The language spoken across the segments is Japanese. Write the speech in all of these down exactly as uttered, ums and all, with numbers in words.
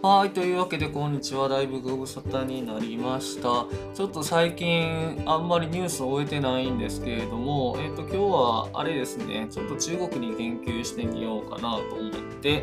はい、というわけで、こんにちは。だいぶご無沙汰になりました。ちょっと最近、あんまりニュースを終えてないんですけれども、えっと、今日は、あれですね、ちょっと中国に言及してみようかなと思って、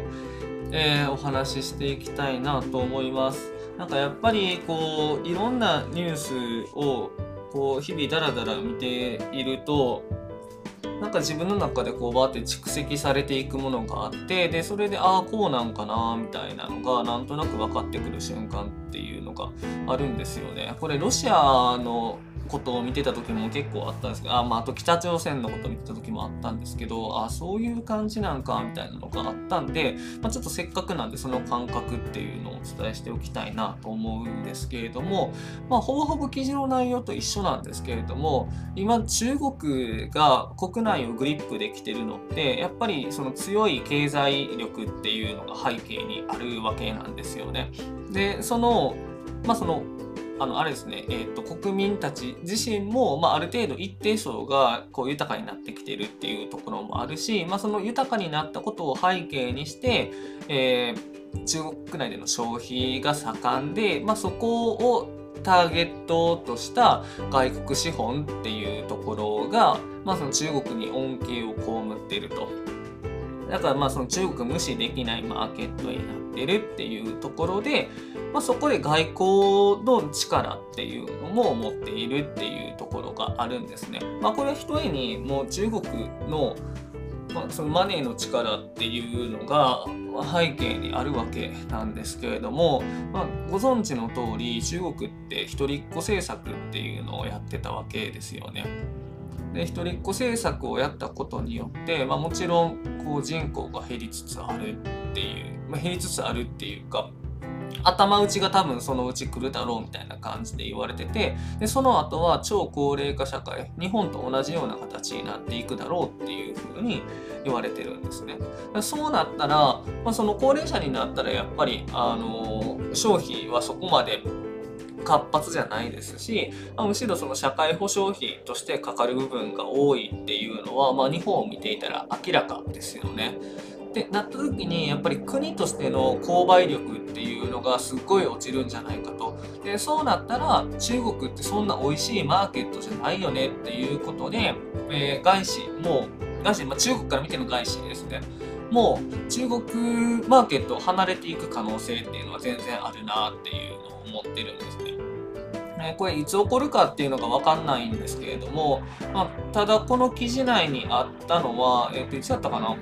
えーお話ししていきたいなと思います。なんかやっぱり、こう、いろんなニュースを、こう、日々ダラダラ見ていると、なんか自分の中でこうバーって蓄積されていくものがあって、で、それで、ああ、こうなんかな、みたいなのが、なんとなく分かってくる瞬間っていうのがあるんですよね。これ、ロシアのことを見てた時も結構あったんですけど、あ、まあ、あと北朝鮮のことを見てた時もあったんですけど、あ、そういう感じなんか、みたいなのがあったんで、まあ、ちょっとせっかくなんで、その感覚っていうのをお伝えしておきたいなと思うんですけれども、まあ、ほぼほぼ記事の内容と一緒なんですけれども、今中国が国内をグリップできてるのってやっぱりその強い経済力っていうのが背景にあるわけなんですよね。でそのまあそのあのあれですね、えー、と国民たち自身も、まあ、ある程度一定層がこう豊かになってきてるっていうところもあるし、まあ、その豊かになったことを背景にして、えー中国内での消費が盛んで、まあ、そこをターゲットとした外国資本っていうところが、まあ、その中国に恩恵を被っていると。だからまあその中国無視できないマーケットになってるっていうところで、まあ、そこで外交の力っていうのも持っているっていうところがあるんですね。まあ、これはひとえにもう中国のまあ、そのマネーの力っていうのが背景にあるわけなんですけれども、まあ、ご存知の通り中国って一人っ子政策っていうのをやってたわけですよね。で一人っ子政策をやったことによって、まあ、もちろんこう人口が減りつつあるっていう、まあ、減りつつあるっていうか頭打ちが多分そのうち来るだろうみたいな感じで言われてて、でその後は超高齢化社会、日本と同じような形になっていくだろうっていうふうに言われてるんですね。そうなったら、まあ、その高齢者になったらやっぱり、あのー消費はそこまで活発じゃないですし、まあ、むしろその社会保障費としてかかる部分が多いっていうのは、まあ、日本を見ていたら明らかですよね。ってなった時にやっぱり国としての購買力っていうのがすっごい落ちるんじゃないかと。でそうなったら中国ってそんな美味しいマーケットじゃないよねっていうことで、えー外資も外資、まあ、中国から見ての外資ですね。もう中国マーケットを離れていく可能性っていうのは全然あるなっていうのを思ってるんですね。ねこれいつ起こるかっていうのが分かんないんですけれども、まあ、ただこの記事内にあったのは、えっと、いつだったかな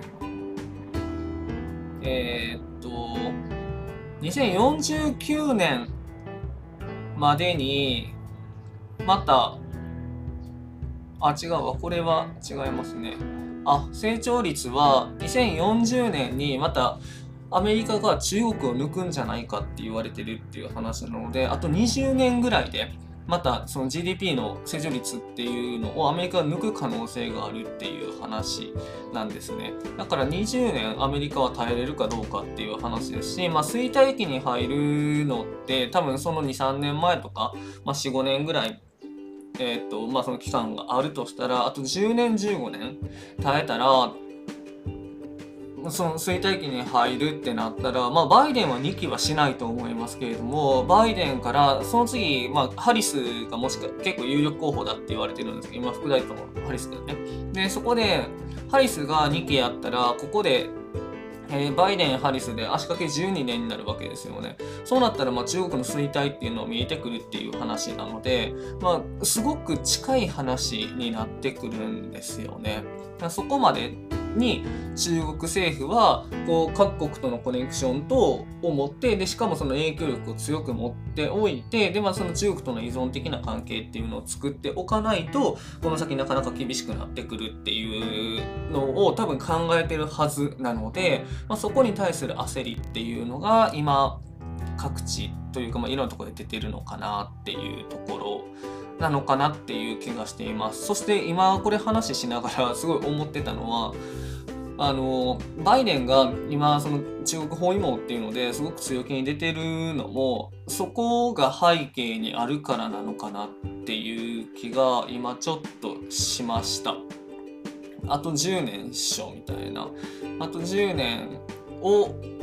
えーっと、にせんよんじゅうきゅうねんまでに、また、あ、違うわ、これは違いますね。あ、成長率はにせんよんじゅうねんにまたアメリカが中国を抜くんじゃないかって言われてるっていう話なので、あとにじゅうねんぐらいで、またその ジーディーピー の成長率っていうのをアメリカが抜く可能性があるっていう話なんですね。だからにじゅうねんアメリカは耐えれるかどうかっていう話ですし、まあ、衰退期に入るのって多分そのに、さんねんまえとか、まあ、よん、ごねんぐらいえーとまあ、その期間があるとしたら、あとじゅうねんじゅうごねん耐えたら、その衰退期に入るってなったら、まあ、バイデンはにきはしないと思いますけれども、バイデンからその次、まあ、ハリスがもしか結構有力候補だって言われてるんですけど、今副大統領のハリスだよね。でそこでハリスがにきやったら、ここでえーバイデン・ハリスで足掛けじゅうにねんになるわけですよね。そうなったらまあ中国の衰退っていうのを見えてくるっていう話なので、まあ、すごく近い話になってくるんですよね。だからそこまでに中国政府はこう各国とのコネクションとを持ってでしかもその影響力を強く持っておいてで、まあ、その中国との依存的な関係っていうのを作っておかないとこの先なかなか厳しくなってくるっていうのを多分考えてるはずなので、まあ、そこに対する焦りっていうのが今各地というか、まあ、いろんなところで出てるのかなっていうところなのかなっていう気がしています。そして今これ話しながらすごい思ってたのはあのバイデンが今その中国包囲網っていうのですごく強気に出てるのもそこが背景にあるからなのかなっていう気が今ちょっとしました。あとじゅうねんっしょみたいな。あとじゅうねんを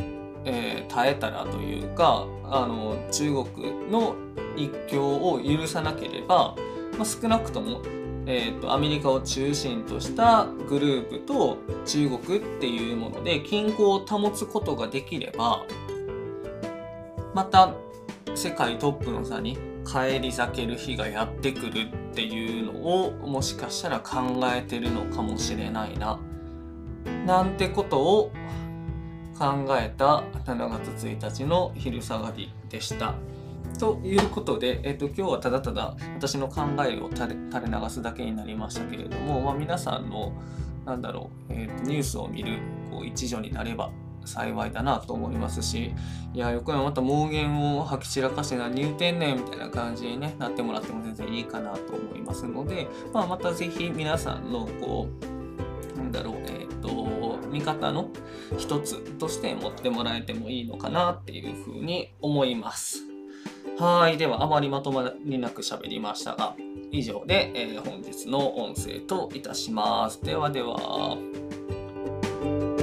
えー耐えたらというか、あの中国の一強を許さなければ、まあ、少なくとも、えーと、アメリカを中心としたグループと中国っていうもので均衡を保つことができれば、また世界トップの座に返り咲ける日がやってくるっていうのをもしかしたら考えてるのかもしれないな、なんてことを考えたしちがつついたちの昼下がりでした。ということで、えっと、今日はただただ私の考えを垂れ垂れ流すだけになりましたけれども、まあ、皆さんのなんだろう、えっと、ニュースを見るこう一助になれば幸いだなと思いますし、いや、横山また妄言を吐き散らかして何言うてんねんみたいな感じに、ね、なってもらっても全然いいかなと思いますので、まあ、またぜひ皆さんのこうなんだろう、えっと見方の一つとして持ってもらえてもいいのかなっていうふうに思います。はい。では、あまりまとまりなく喋りましたが、以上で、えー本日の音声といたします。ではでは。